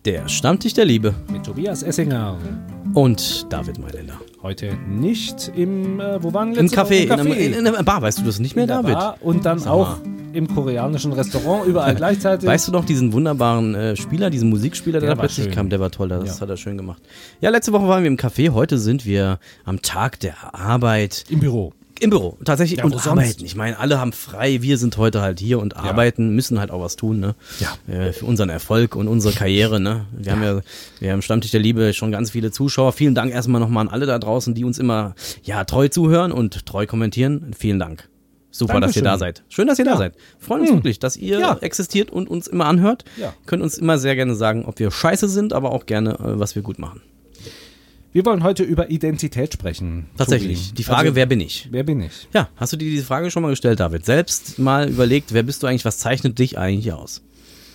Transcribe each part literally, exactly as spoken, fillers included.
Der Stammtisch der Liebe. Mit Tobias Essinger. Und David Mailänder. Heute nicht im, äh, wo waren wir Im letzte Café, Woche? Im in, Café. einer, in einer Bar, weißt du das nicht mehr, in der David? Bar und dann Sag auch mal. im koreanischen Restaurant, überall gleichzeitig. Weißt du noch diesen wunderbaren äh, Spieler, diesen Musikspieler, der, Der da war plötzlich schön. kam? Der war toll, das Ja. hat er schön gemacht. Ja, letzte Woche waren wir im Café, heute sind wir am Tag der Arbeit. Im Büro. Im Büro, tatsächlich. Ja, und wo sonst? arbeiten. Ich meine, alle haben frei, wir sind heute halt hier und arbeiten, müssen halt auch was tun, ne? Ja. Äh, für unseren Erfolg und unsere Karriere, ne? Wir haben ja, wir haben im Stammtisch der Liebe schon ganz viele Zuschauer. Vielen Dank erstmal nochmal an alle da draußen, die uns immer, ja, treu zuhören und treu kommentieren. Vielen Dank. Super, dass ihr Dankeschön. da seid. Schön, dass ihr Ja. da seid. Freuen uns Hm. wirklich, dass ihr Ja. existiert und uns immer anhört. Ja. Könnt uns immer sehr gerne sagen, ob wir scheiße sind, aber auch gerne, äh, was wir gut machen. Wir wollen heute über Identität sprechen. Tatsächlich. Tobi. Die Frage, also, wer bin ich? Wer bin ich? Ja, hast du dir diese Frage schon mal gestellt, David? Selbst mal überlegt, wer bist du eigentlich, was zeichnet dich eigentlich aus?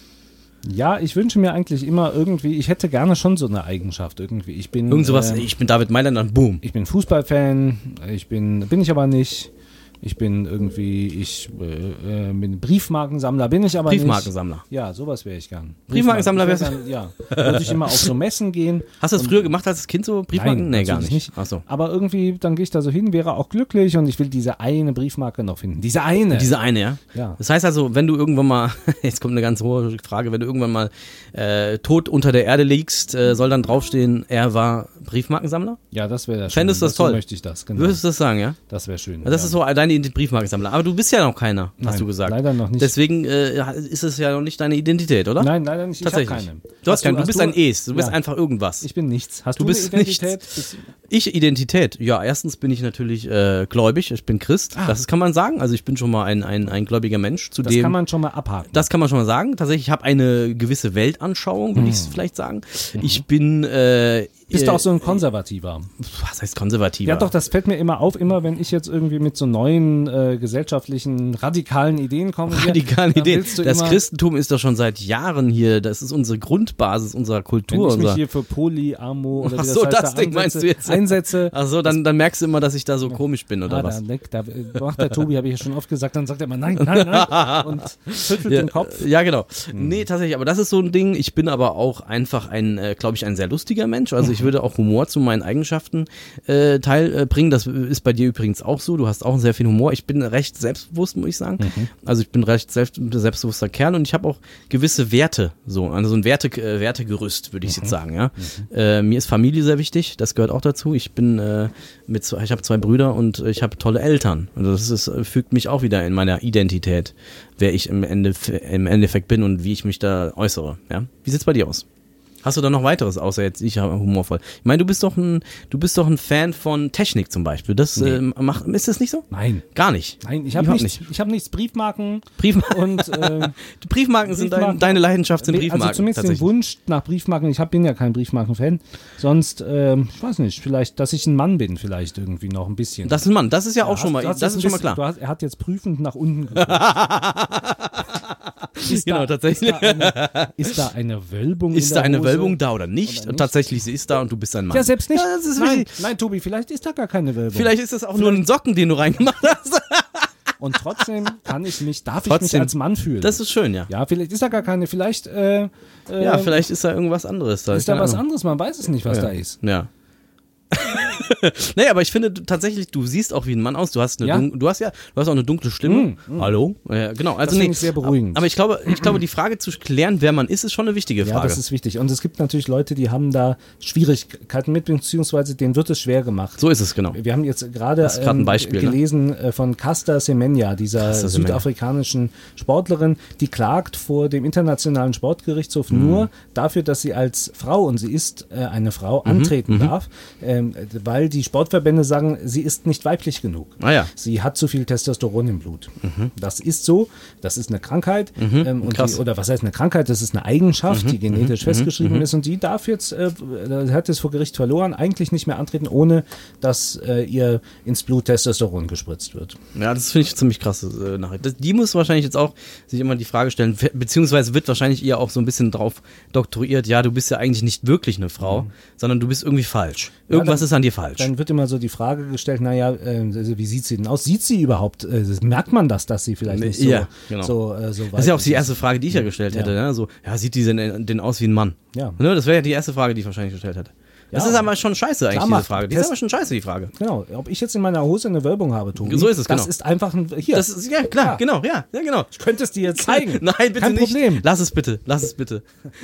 Ja, ich wünsche mir eigentlich immer irgendwie, ich hätte gerne schon so eine Eigenschaft irgendwie. Ich bin, Irgend sowas, äh, ich bin David Mailänder, dann boom. ich bin Fußballfan, ich bin, bin ich aber nicht. Ich bin irgendwie, ich äh, äh, bin Briefmarkensammler, bin ich aber Briefmarkensammler. nicht. Ja, sowas wäre ich gern. Briefmarkensammler Ich wär wärst gern, ja. Würde ich immer auf so Messen gehen. Hast du das früher gemacht als Kind so? Briefmarken? Nein, nee, gar natürlich nicht. nicht. Ach so. Aber irgendwie, dann gehe ich da so hin, wäre auch glücklich und ich will diese eine Briefmarke noch finden. Diese eine. Diese eine, ja? Ja. Das heißt also, wenn du irgendwann mal, jetzt kommt eine ganz hohe Frage, wenn du irgendwann mal äh, tot unter der Erde liegst, äh, soll dann draufstehen, er war Briefmarkensammler? Ja, das wäre schön. Fändest du das so toll? möchte ich das, genau. Würdest du das sagen, ja? Das wäre schön. Das ja. ist so deine Ident- Briefmarkensammler. Aber du bist ja noch keiner, hast Nein, du gesagt. leider noch nicht. Deswegen äh, ist es ja noch nicht deine Identität, oder? Nein, leider nicht. Ich habe Tatsächlich. keine. Du, hast keinen, du hast bist ein Es, du bist ja. einfach irgendwas. Ich bin nichts. Hast Du du, bist eine Identität? nichts. Bist- Ich, Identität. Ja, erstens bin ich natürlich äh, gläubig, ich bin Christ. Ah. Das kann man sagen. Also ich bin schon mal ein, ein, ein gläubiger Mensch. Das Zudem, kann man schon mal abhaken. das kann man schon mal sagen. Tatsächlich, ich habe eine gewisse Weltanschauung, würde ich Hm. vielleicht sagen. Ich bin... Äh, Bist äh, du auch so ein Konservativer? Was heißt konservativer? Ja, doch, das fällt mir immer auf, immer wenn ich jetzt irgendwie mit so neuen äh, gesellschaftlichen, radikalen Ideen komme. hier, Radikale dann Ideen. willst du Das immer, Christentum ist doch schon seit Jahren hier. Das ist unsere Grundbasis unserer wenn Kultur. ich mich unser hier für Polyamo oder Ach wie das so, heißt, das da Ding meinst Ansätze- du jetzt? Einsätze. Ach so, dann, dann merkst du immer, dass ich da so komisch bin, oder Ah, was? da, leckt, da macht der Tobi, habe ich ja schon oft gesagt, dann sagt er immer nein, nein, nein und schüttelt Ja, den Kopf. ja, genau. Nee, tatsächlich, aber das ist so ein Ding. Ich bin aber auch einfach ein, äh, glaube ich, ein sehr lustiger Mensch. Also ich würde auch Humor zu meinen Eigenschaften äh, teil äh, bringen. Das ist bei dir übrigens auch so. Du hast auch sehr viel Humor. Ich bin recht selbstbewusst, muss ich sagen. Also ich bin recht selbst, selbstbewusster Kerl und ich habe auch gewisse Werte, so, also so ein Werte, äh, Wertegerüst, würde ich jetzt sagen, ja. Äh, mir ist Familie sehr wichtig, das gehört auch dazu. Ich bin äh, mit zwei, ich habe zwei Brüder und ich habe tolle Eltern. Und das ist, fügt mich auch wieder in meiner Identität, wer ich im, Ende, im Endeffekt bin und wie ich mich da äußere. Ja? Wie sieht's bei dir aus? Hast du da noch weiteres, außer jetzt ich habe humorvoll? Ich meine, du bist doch ein, du bist doch ein Fan von Technik zum Beispiel. Das Nee. äh, macht, ist das nicht so? Nein. Gar nicht. Nein, ich habe Überhaupt nichts, ich habe nichts, Briefmarken Briefmarken. und äh, Die Briefmarken sind dein, Briefmarken- deine Leidenschaft, sind Briefmarken. Also zumindest den tatsächlich. Wunsch nach Briefmarken. Ich hab, bin ja kein Briefmarken-Fan. Sonst, ähm, ich weiß nicht, vielleicht, dass ich ein Mann bin, vielleicht irgendwie noch ein bisschen. Das ist ein Mann, das ist ja, auch Hast- schon mal, du hast das jetzt ist ein schon mal bisschen- klar. Du hast, er hat jetzt prüfend nach unten geguckt. Ist Genau, da, tatsächlich. Ist da, eine, ist da eine Wölbung Ist in da der eine Hose? Wölbung da oder nicht? Oder Und nicht? tatsächlich, sie ist da und du bist ein Mann. Ja, selbst nicht. Ja, das ist nein, wichtig. nein, Tobi, vielleicht ist da gar keine Wölbung. Vielleicht ist das auch nur ein Socken, den du reingemacht hast. Und trotzdem kann ich mich, darf ich Trotzdem. mich als Mann fühlen. Das ist schön, ja. ja, vielleicht ist da gar keine, vielleicht äh, äh, Ja, vielleicht ist da irgendwas anderes da. ist da keine was Ahnung. anderes, man weiß es nicht, was ja. da ist. Ja. Nee, aber ich finde du, tatsächlich, du siehst auch wie ein Mann aus. Du hast eine, Ja? dun- du hast ja, du hast auch eine dunkle Stimme. Mm, Hallo? Ja, genau. Also Das nee, finde ich sehr beruhigend. Aber ich glaube, ich glaube, die Frage zu klären, wer man ist, ist schon eine wichtige Ja, Frage. das ist wichtig. Und es gibt natürlich Leute, die haben da Schwierigkeiten mit, beziehungsweise denen wird es schwer gemacht. so ist es, genau. Wir haben jetzt gerade Das ist gerade ein ähm, Beispiel, ne? gelesen äh, von Caster Semenya, dieser Caster Semenya. südafrikanischen Sportlerin, die klagt vor dem Internationalen Sportgerichtshof Mhm. nur dafür, dass sie als Frau, und sie ist äh, eine Frau, Mhm. antreten darf, ähm, weil die Sportverbände sagen, sie ist nicht weiblich genug. Ah ja. Sie hat zu viel Testosteron im Blut. Das ist so, das ist eine Krankheit. Ähm, und krass. die, oder was heißt eine Krankheit? Das ist eine Eigenschaft, die genetisch festgeschrieben ist und die darf jetzt, äh, hat es vor Gericht verloren, eigentlich nicht mehr antreten, ohne dass äh, ihr ins Blut Testosteron gespritzt wird. Ja, das finde ich ziemlich krasse äh, Nachricht. Das, die muss wahrscheinlich jetzt auch sich immer die Frage stellen, fe- beziehungsweise wird wahrscheinlich ihr auch so ein bisschen drauf doktoriert, ja, du bist ja eigentlich nicht wirklich eine Frau, sondern du bist irgendwie falsch. Irgendwas dann- ist an dir falsch. Dann wird immer so die Frage gestellt, naja, äh, wie sieht sie denn aus? Sieht sie überhaupt, äh, merkt man das, dass sie vielleicht nicht so, ja, genau. so, äh, so weit Das ist ja auch die erste Frage, die ich ja gestellt hätte. Ja. Ne? So, ja, sieht die denn, denn aus wie ein Mann? Ja. Ne? Das wäre ja die erste Frage, die ich wahrscheinlich gestellt hätte. Das Ja. ist aber schon scheiße eigentlich, Klar, diese macht Frage. Die Test- ist aber schon scheiße, die Frage. Genau, ob ich jetzt in meiner Hose eine Wölbung habe, Tobi, So ist es, das genau. ist einfach ein, hier, Das ist, ja, klar, Ja. genau, ja, ja, genau. ich könnte es dir jetzt zeigen. Nein, bitte Kein nicht. Problem. Lass es bitte, lass es bitte.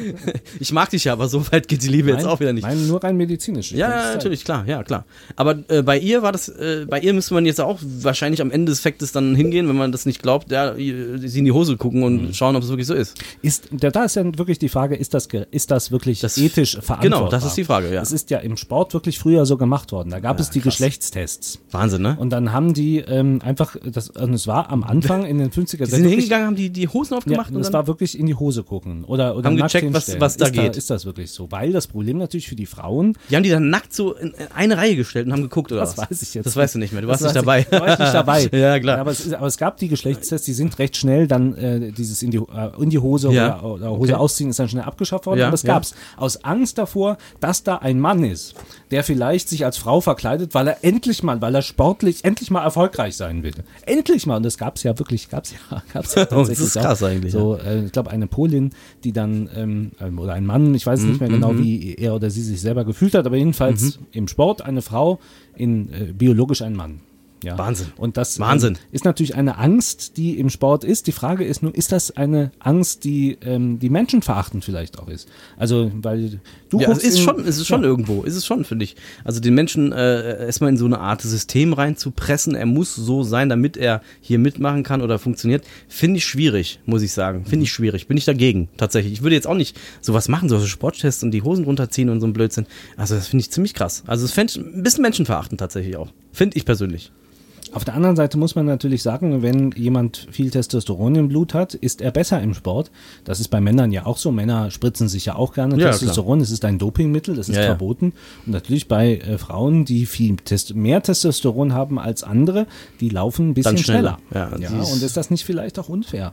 Ich mag dich ja, aber so weit geht die Liebe jetzt Nein, auch wieder nicht. Nein, nur rein medizinisch. Ich Ja, kann es ja, zeigen. natürlich, klar, ja, klar. Aber äh, bei ihr war das, äh, bei ihr müsste man jetzt auch wahrscheinlich am Ende des Faktes dann hingehen, wenn man das nicht glaubt, ja, sie in die Hose gucken und Mhm. schauen, ob es wirklich so ist. Ist, da, da ist ja wirklich die Frage, ist das, ge- ist das wirklich Das- ethisch verantwortbar? Genau, das ist die Frage, ja. Es ist ja im Sport wirklich früher so gemacht worden. Da gab Ja, es die krass. Geschlechtstests. Wahnsinn, ne? Und dann haben die ähm, einfach, das, und es war am Anfang in den fünfziger Die sind wirklich- hingegangen, haben die, die Hosen Ja, aufgemacht und und es dann, war wirklich in die Hose gucken oder, oder Haben nackt gecheckt, was- hinstellen. was da ist geht. Da, ist das wirklich so? Weil das Problem natürlich für die Frauen, die haben die dann nackt so in eine Reihe gestellt und haben geguckt, oder das was? weiß ich jetzt Das weißt du nicht mehr, du warst Das nicht weiß dabei. ich- Da war ich nicht dabei. Ja, klar. Aber es, ist, aber es gab die Geschlechtstests, die sind recht schnell dann, äh, dieses in die, äh, in die Hose Ja. oder, oder Hose Okay. ausziehen ist dann schnell abgeschafft worden. Ja, Aber es ja. gab's aus Angst davor, dass da ein Mann ist, der vielleicht sich als Frau verkleidet, weil er endlich mal, weil er sportlich endlich mal erfolgreich sein will. Endlich mal. Und das gab's ja wirklich, gab's ja, gab's ja Oh, das tatsächlich ist krass auch. eigentlich, So, äh, ich glaube, eine Polin, die dann, ähm, ähm, oder ein Mann, ich weiß Mhm, nicht mehr genau, wie er oder sie sich selber gefühlt hat, aber jedenfalls Mhm. im Sport eine Frau, in äh, biologisch ein Mann. Ja. Wahnsinn. Und das Wahnsinn. Ähm, ist natürlich eine Angst, die im Sport ist. Die Frage ist nur, ist das eine Angst, die, ähm, die menschenverachtend vielleicht auch ist? Also, weil du Ja, es guckst ist in- schon, es ist schon ja. irgendwo, ist es schon, finde ich. Also den Menschen äh, erstmal in so eine Art System reinzupressen, er muss so sein, damit er hier mitmachen kann oder funktioniert, finde ich schwierig, muss ich sagen. Finde ich schwierig, bin ich dagegen, tatsächlich. Ich würde jetzt auch nicht sowas machen, so Sporttests und die Hosen runterziehen und so ein Blödsinn. Also das finde ich ziemlich krass. Also das fände ich ein bisschen menschenverachtend tatsächlich auch. Finde ich persönlich. Auf der anderen Seite muss man natürlich sagen, wenn jemand viel Testosteron im Blut hat, ist er besser im Sport. Das ist bei Männern ja auch so. Männer spritzen sich ja auch gerne Ja, Testosteron. Es ist ein Dopingmittel, das ist Ja, ja. verboten. Und natürlich bei äh, Frauen, die viel Test mehr Testosteron haben als andere, die laufen ein bisschen Dann schneller. schneller. Ja, Ja, die ist- und ist das nicht vielleicht auch unfair?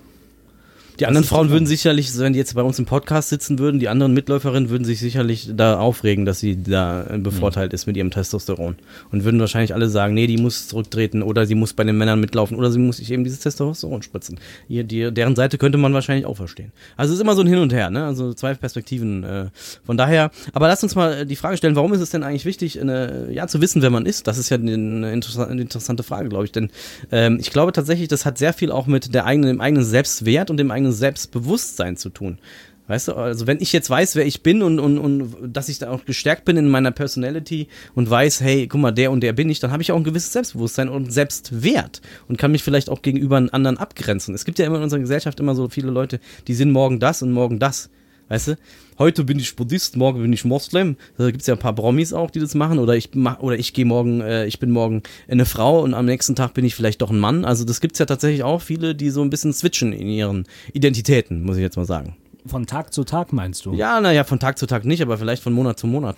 Die anderen Frauen würden sicherlich, wenn die jetzt bei uns im Podcast sitzen würden, die anderen Mitläuferinnen würden sich sicherlich da aufregen, dass sie da äh, bevorteilt ist mit ihrem Testosteron. Und würden wahrscheinlich alle sagen, nee, die muss zurücktreten oder sie muss bei den Männern mitlaufen oder sie muss sich eben dieses Testosteron spritzen. Hier, die, deren Seite könnte man wahrscheinlich auch verstehen. Also es ist immer so ein Hin und Her, ne? Also zwei Perspektiven. Äh, von daher, aber lasst uns mal die Frage stellen, warum ist es denn eigentlich wichtig, eine, ja, zu wissen, wer man ist? Das ist ja eine, eine interessa- eine interessante Frage, glaube ich. Denn ähm, ich glaube tatsächlich, das hat sehr viel auch mit der eigenen, dem eigenen Selbstwert und dem eigenen Selbstbewusstsein zu tun. Weißt du, also wenn ich jetzt weiß, wer ich bin und, und, und dass ich da auch gestärkt bin in meiner Personality und weiß, hey, guck mal, der und der bin ich, dann habe ich auch ein gewisses Selbstbewusstsein und Selbstwert und kann mich vielleicht auch gegenüber einen anderen abgrenzen. Es gibt ja immer in unserer Gesellschaft immer so viele Leute, die sind morgen das und morgen das. Weißt du, heute bin ich Buddhist, morgen bin ich Moslem. Da gibt es ja ein paar Promis auch, die das machen. Oder ich mach, oder ich gehe morgen, äh, ich bin morgen eine Frau und am nächsten Tag bin ich vielleicht doch ein Mann. Also das gibt es ja tatsächlich auch viele, die so ein bisschen switchen in ihren Identitäten, muss ich jetzt mal sagen. Von Tag zu Tag meinst du? Ja, naja, von Tag zu Tag nicht, aber vielleicht von Monat zu Monat.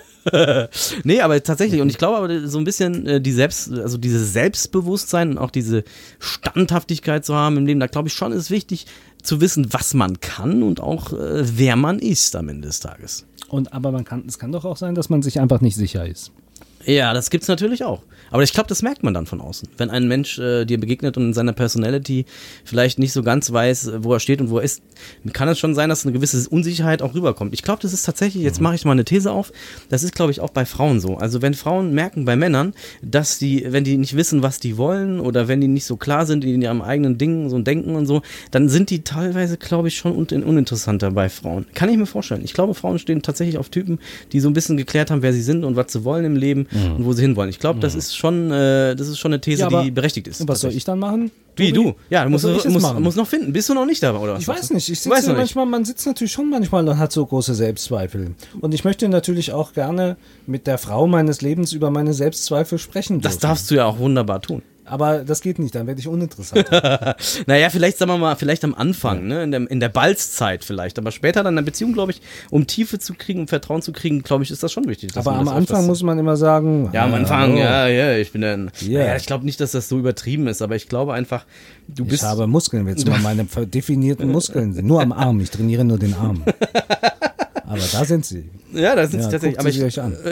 Nee, aber tatsächlich, und ich glaube aber so ein bisschen äh, die Selbst, also dieses Selbstbewusstsein und auch diese Standhaftigkeit zu haben im Leben, da glaube ich schon, ist wichtig zu wissen, was man kann und auch äh, wer man ist am Ende des Tages. Und aber man kann, es kann doch auch sein, dass man sich einfach nicht sicher ist. Ja, das gibt's natürlich auch. Aber ich glaube, das merkt man dann von außen. Wenn ein Mensch äh, dir begegnet und in seiner Personality vielleicht nicht so ganz weiß, wo er steht und wo er ist, kann es schon sein, dass eine gewisse Unsicherheit auch rüberkommt. Ich glaube, das ist tatsächlich, jetzt mache ich mal eine These auf, das ist, glaube ich, auch bei Frauen so. Also wenn Frauen merken bei Männern, dass die, wenn die nicht wissen, was die wollen oder wenn die nicht so klar sind in ihrem eigenen Ding, so ein Denken und so, dann sind die teilweise, glaube ich, schon un- uninteressanter bei Frauen. Kann ich mir vorstellen. Ich glaube, Frauen stehen tatsächlich auf Typen, die so ein bisschen geklärt haben, wer sie sind und was sie wollen im Leben mhm. und wo sie hinwollen. Ich glaube, das ist schon, äh, das ist schon eine These, Ja, aber die berechtigt ist. Was soll ich dann machen? Wie, Tobi? du? Ja, du Was musst, soll ich jetzt musst, machen? musst noch finden. Bist du noch nicht da, oder was? Ich weiß nicht. Ich Du weißt sitze noch nicht. manchmal, man sitzt natürlich schon manchmal und hat so große Selbstzweifel. Und ich möchte natürlich auch gerne mit der Frau meines Lebens über meine Selbstzweifel sprechen dürfen. Das darfst du ja auch wunderbar tun. Aber das geht nicht, dann werde ich uninteressant. Naja, vielleicht, sagen wir mal, vielleicht am Anfang, ne, in der, in der Balzzeit vielleicht, aber später dann in der Beziehung, glaube ich, um Tiefe zu kriegen, um Vertrauen zu kriegen, glaube ich, ist das schon wichtig. dass Aber man am das Anfang öfters- muss man immer sagen, Ja, am ah, Anfang, oh, ja, ja, ich bin dann, Ja. naja, ich glaube nicht, dass das so übertrieben ist, aber ich glaube einfach, du ich bist, habe Muskeln, willst du mal meine definierten Muskeln sehen? Nur am Arm, ich trainiere nur den Arm. Aber da sind sie. ja, das sind Ja, tatsächlich, guckt aber sie ich, euch an.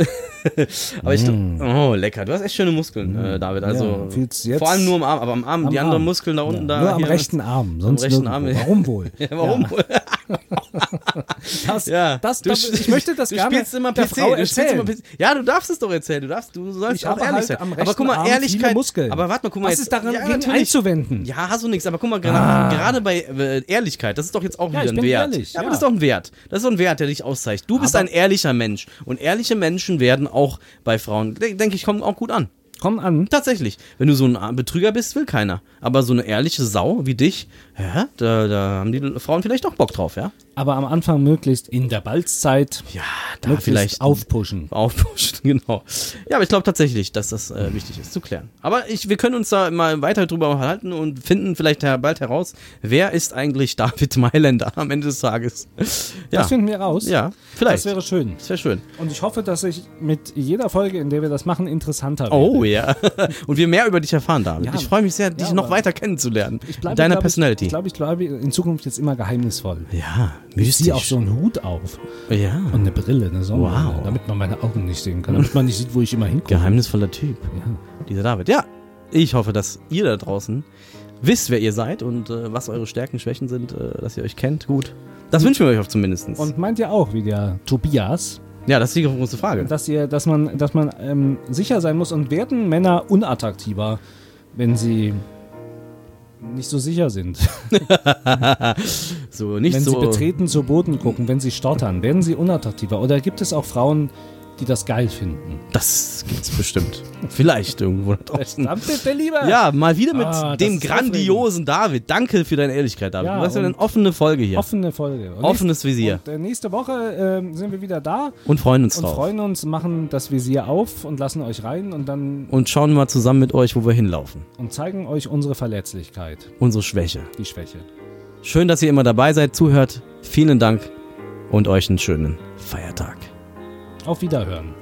Aber ich, mm. oh, lecker. Du hast echt schöne Muskeln, äh, David. Also, ja, jetzt vor allem nur am Arm, aber am Arm, am die anderen Arm. Muskeln da unten ja, da. Nur am hier, rechten Arm, sonst am rechten Arm. Warum wohl? Ja, warum ja. wohl? Das, ja, das, du, das, ich möchte das du gerne spielst immer der P C, Frau du spielst erzählen. immer P C. Ja, du darfst es doch erzählen. Du darfst, du sollst ich auch habe ehrlich halt sein. am Aber guck mal, Arm Ehrlichkeit. viele Muskeln. Aber warte mal, guck mal Was jetzt. ist daran ja, gegen einzuwenden? Ja, hast du nichts. Aber guck mal, Ah. gerade bei äh, Ehrlichkeit, das ist doch jetzt auch Ja, wieder ich ein bin Wert. ehrlich, ja, aber ja. das ist doch ein Wert. Das ist doch ein Wert, der dich auszeichnet. Du bist Aber- ein ehrlicher Mensch. Und ehrliche Menschen werden auch bei Frauen, denke ich, kommen auch gut an. Komm an. Tatsächlich. Wenn du so ein Betrüger bist, will keiner. Aber so eine ehrliche Sau wie dich, ja, da, da haben die Frauen vielleicht auch Bock drauf, ja? Aber am Anfang möglichst in der Balzzeit Ja, da möglichst vielleicht aufpushen. Aufpushen, genau. Ja, aber ich glaube tatsächlich, dass das äh, wichtig ist zu klären. Aber ich, wir können uns da mal weiter drüber unterhalten und finden vielleicht her- bald heraus, wer ist eigentlich David Mailänder am Ende des Tages. Ja, Das finden wir raus. ja, vielleicht. Das wäre schön. Das wäre schön. Und ich hoffe, dass ich mit jeder Folge, in der wir das machen, interessanter werde. Oh ja. Und wir mehr über dich erfahren, David. Ja. ich freue mich sehr, dich Ja, noch aber weiter kennenzulernen. Ich bleibe, Mit deiner glaub Personality. Ich glaube, ich bleibe in Zukunft jetzt immer geheimnisvoll. ja, Ich mystisch. ziehe auch so einen Hut auf ja. und eine Brille, eine Sonnenbrille, Wow. damit man meine Augen nicht sehen kann, damit man nicht sieht, wo ich immer hinkomme. Geheimnisvoller Typ. Ja. Dieser David. Ja, ich hoffe, dass ihr da draußen wisst, wer ihr seid und äh, was eure Stärken, Schwächen sind, äh, dass ihr euch kennt. Gut. Das wünschen wir euch auch zumindest. Und meint ihr auch, wie der Tobias, Ja, das ist die große Frage. dass ihr, dass man, dass man ähm, sicher sein muss und werden Männer unattraktiver, wenn sie nicht so sicher sind. So, nicht wenn so. sie betreten zu Boden gucken, wenn sie stottern, werden sie unattraktiver. Oder gibt es auch Frauen, die das geil finden? Das gibt's bestimmt. Vielleicht irgendwo da draußen. Verdammt, der Lieber! Ja, mal wieder mit Ah, das dem ist grandiosen David. Danke für deine Ehrlichkeit, David. Ja, du hast ja und eine offene Folge hier. Offene Folge. Und Offenes Visier. Und, äh, nächste Woche ähm, sind wir wieder da Und freuen uns und drauf. freuen uns, machen das Visier auf und lassen euch rein und dann Und schauen mal zusammen mit euch, wo wir hinlaufen. und zeigen euch unsere Verletzlichkeit, Unsere Schwäche. die Schwäche. Schön, dass ihr immer dabei seid, zuhört. Vielen Dank und euch einen schönen Feiertag. Auf Wiederhören.